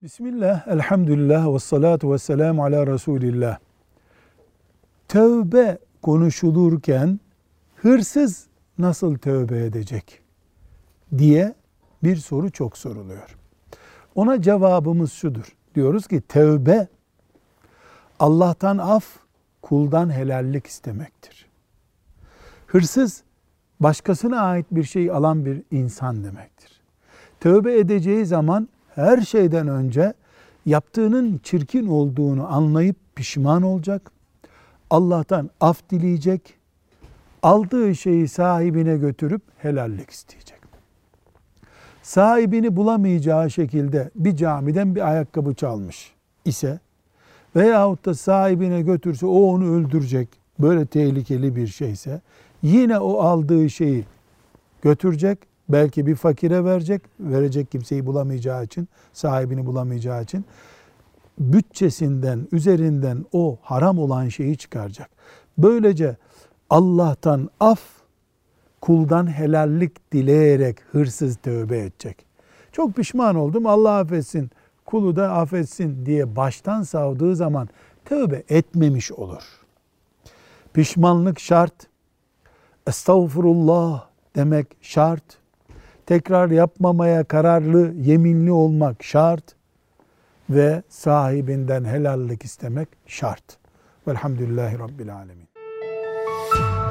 Bismillah, elhamdülillah ve salatu ve selamu ala Resulillah. Tövbe konuşulurken hırsız nasıl tövbe edecek diye bir soru çok soruluyor. Ona cevabımız şudur. Diyoruz ki tövbe Allah'tan af, kuldan helallik istemektir. Hırsız başkasına ait bir şey alan bir insan demektir. Tövbe edeceği zaman her şeyden önce yaptığının çirkin olduğunu anlayıp pişman olacak. Allah'tan af dileyecek. Aldığı şeyi sahibine götürüp helallik isteyecek. Sahibini bulamayacağı şekilde bir camiden bir ayakkabı çalmış ise veyahut da sahibine götürse o onu öldürecek, böyle tehlikeli bir şeyse yine o aldığı şeyi götürecek. Belki bir fakire verecek kimseyi bulamayacağı için, sahibini bulamayacağı için. Bütçesinden, üzerinden o haram olan şeyi çıkaracak. Böylece Allah'tan af, kuldan helallik dileyerek hırsız tövbe edecek. Çok pişman oldum, Allah affetsin, kulu da affetsin diye baştan savdığı zaman tövbe etmemiş olur. Pişmanlık şart, estağfurullah demek şart, tekrar yapmamaya kararlı, yeminli olmak şart ve sahibinden helallik istemek şart. Velhamdülillahi Rabbil Alemin.